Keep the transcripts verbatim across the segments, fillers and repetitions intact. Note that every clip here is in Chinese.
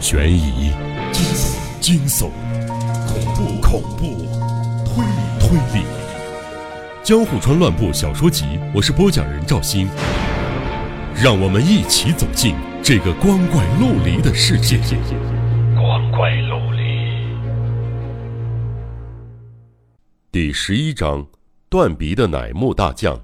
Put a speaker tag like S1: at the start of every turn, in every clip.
S1: 悬疑、惊悚、惊悚、恐怖、恐怖、推理、推理。江户川乱步小说集，我是播讲人赵鑫。让我们一起走进这个光怪陆离的世界。光怪陆离。第十一章：断鼻的乃木大将。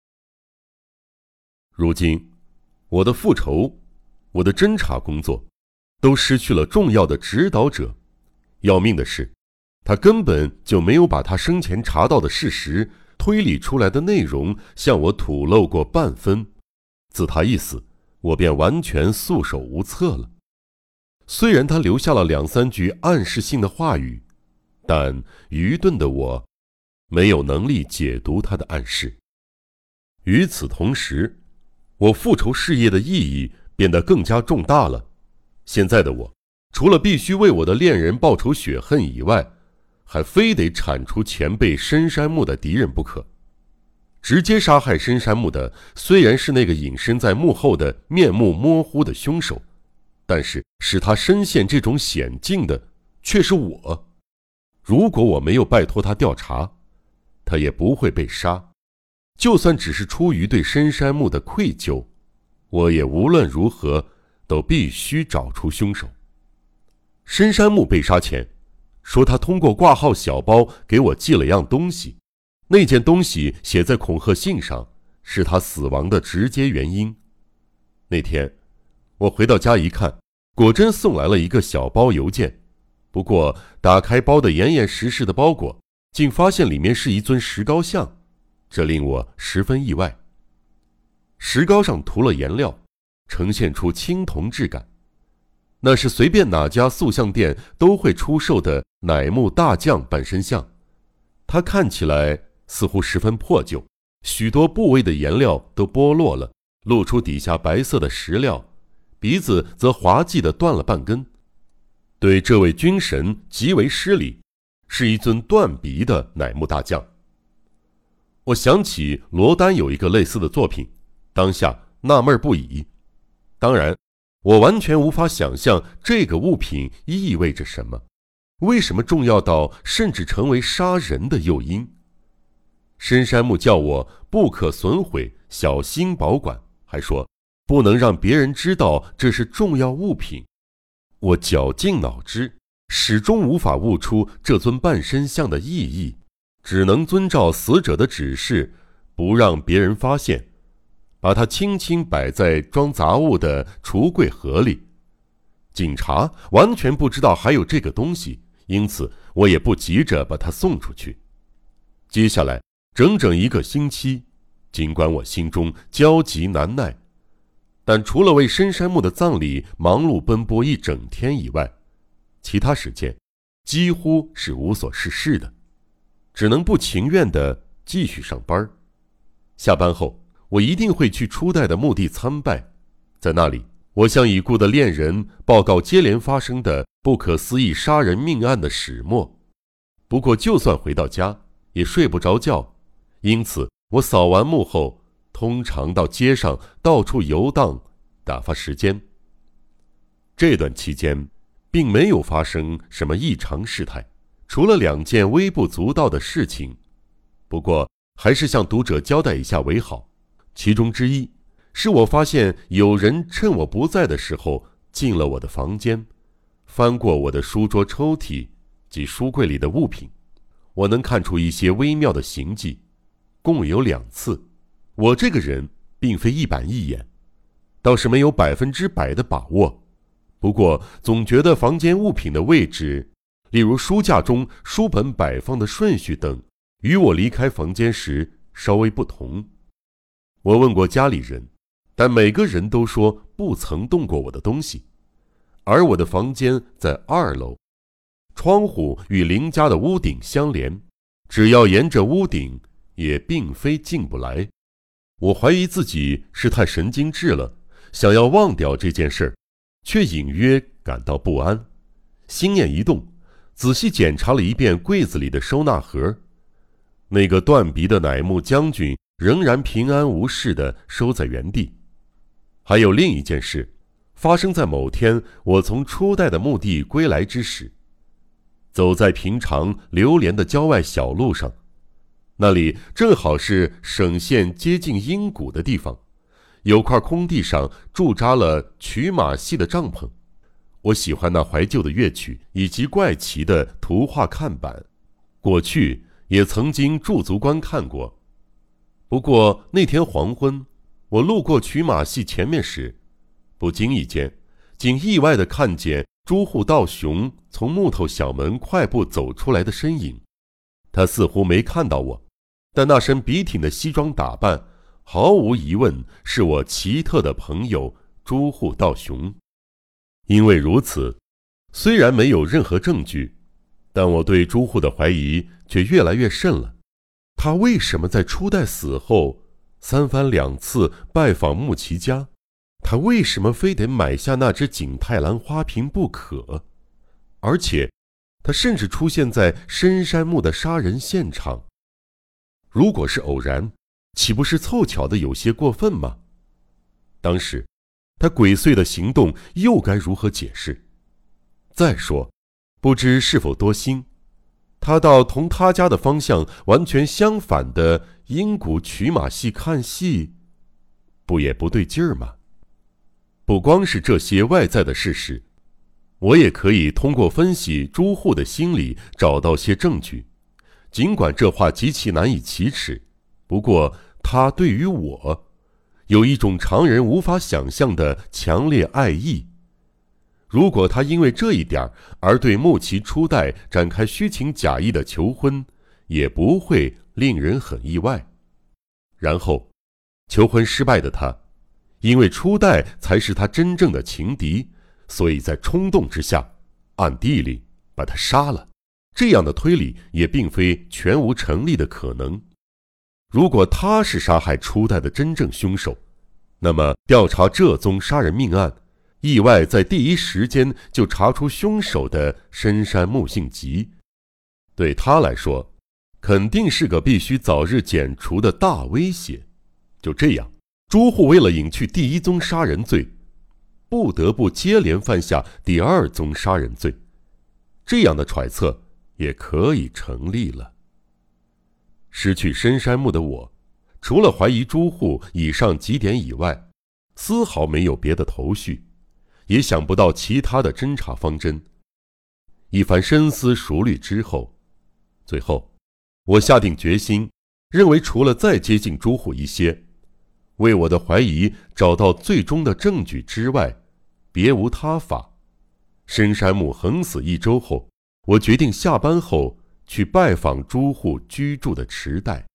S1: 如今，我的复仇，我的侦查工作，都失去了重要的指导者。要命的是，他根本就没有把他生前查到的事实推理出来的内容向我吐露过半分。自他一死，我便完全束手无策了。虽然他留下了两三句暗示性的话语，但愚钝的我没有能力解读他的暗示。与此同时，我复仇事业的意义变得更加重大了。现在的我，除了必须为我的恋人报仇雪恨以外，还非得铲除前辈深山木的敌人不可。直接杀害深山木的虽然是那个隐身在幕后的面目模糊的凶手，但是使他深陷这种险境的却是我。如果我没有拜托他调查，他也不会被杀。就算只是出于对深山木的愧疚，我也无论如何都必须找出凶手。深山木被杀前说，他通过挂号小包给我寄了样东西，那件东西写在恐吓信上，是他死亡的直接原因。那天我回到家一看，果真送来了一个小包邮件，不过打开包的严严实实的包裹，竟发现里面是一尊石膏像，这令我十分意外。石膏上涂了颜料，呈现出青铜质感，那是随便哪家塑像店都会出售的乃木大将半身像。它看起来似乎十分破旧，许多部位的颜料都剥落了，露出底下白色的石料，鼻子则滑稽地断了半根。对这位军神极为失礼，是一尊断鼻的乃木大将。我想起罗丹有一个类似的作品，当下纳闷不已。当然，我完全无法想象这个物品意味着什么，为什么重要到甚至成为杀人的诱因。深山木叫我不可损毁，小心保管，还说不能让别人知道这是重要物品。我绞尽脑汁，始终无法悟出这尊半身像的意义，只能遵照死者的指示，不让别人发现，把它轻轻摆在装杂物的橱柜盒里。警察完全不知道还有这个东西，因此我也不急着把它送出去。接下来整整一个星期，尽管我心中焦急难耐，但除了为深山木的葬礼忙碌奔波一整天以外，其他时间几乎是无所事事的，只能不情愿地继续上班。下班后，我一定会去初代的墓地参拜，在那里，我向已故的恋人报告接连发生的不可思议杀人命案的始末。不过就算回到家，也睡不着觉，因此我扫完墓后，通常到街上到处游荡，打发时间。这段期间并没有发生什么异常事态，除了两件微不足道的事情，不过还是向读者交代一下为好。其中之一是我发现有人趁我不在的时候进了我的房间，翻过我的书桌抽屉及书柜里的物品，我能看出一些微妙的形迹，共有两次。我这个人并非一板一眼，倒是没有百分之百的把握，不过总觉得房间物品的位置，例如书架中书本摆放的顺序等，与我离开房间时稍微不同。我问过家里人，但每个人都说不曾动过我的东西。而我的房间在二楼，窗户与邻家的屋顶相连，只要沿着屋顶，也并非进不来。我怀疑自己是太神经质了，想要忘掉这件事，却隐约感到不安。心念一动，仔细检查了一遍柜子里的收纳盒，那个断鼻的乃木将军仍然平安无事地收在原地。还有另一件事， 发生在某天我从初代的墓地归来之时，走在平常流连的郊外小路上，那里正好是省县接近阴谷的地方，有块空地上驻扎了曲马戏的帐篷。我喜欢那怀旧的乐曲以及怪奇的图画看板，过去也曾经驻足观看过。不过那天黄昏，我路过曲马戏前面时，不经意间竟意外地看见朱户道雄从木头小门快步走出来的身影。他似乎没看到我，但那身笔挺的西装打扮毫无疑问是我奇特的朋友朱户道雄。因为如此，虽然没有任何证据，但我对朱户的怀疑却越来越甚了。他为什么在初代死后三番两次拜访穆其家？他为什么非得买下那只景泰蓝花瓶不可？而且他甚至出现在深山墓的杀人现场。如果是偶然，岂不是凑巧的有些过分吗？当时他鬼祟的行动又该如何解释？再说，不知是否多心，他到同他家的方向完全相反的阴谷曲马戏看戏，不也不对劲儿吗？不光是这些外在的事实，我也可以通过分析朱户的心理找到些证据。尽管这话极其难以启齿，不过他对于我有一种常人无法想象的强烈爱意。如果他因为这一点而对穆其初代展开虚情假意的求婚，也不会令人很意外。然后求婚失败的他，因为初代才是他真正的情敌，所以在冲动之下暗地里把他杀了。这样的推理也并非全无成立的可能。如果他是杀害初代的真正凶手，那么调查这宗杀人命案，意外在第一时间就查出凶手的深山木姓吉，对他来说肯定是个必须早日剪除的大威胁。就这样，朱户为了隐去第一宗杀人罪，不得不接连犯下第二宗杀人罪。这样的揣测也可以成立了。失去深山木的我，除了怀疑朱户以上几点以外，丝毫没有别的头绪，也想不到其他的侦查方针。一番深思熟虑之后，最后我下定决心，认为除了再接近朱户一些，为我的怀疑找到最终的证据之外，别无他法。深山木横死一周后，我决定下班后去拜访朱户居住的池袋。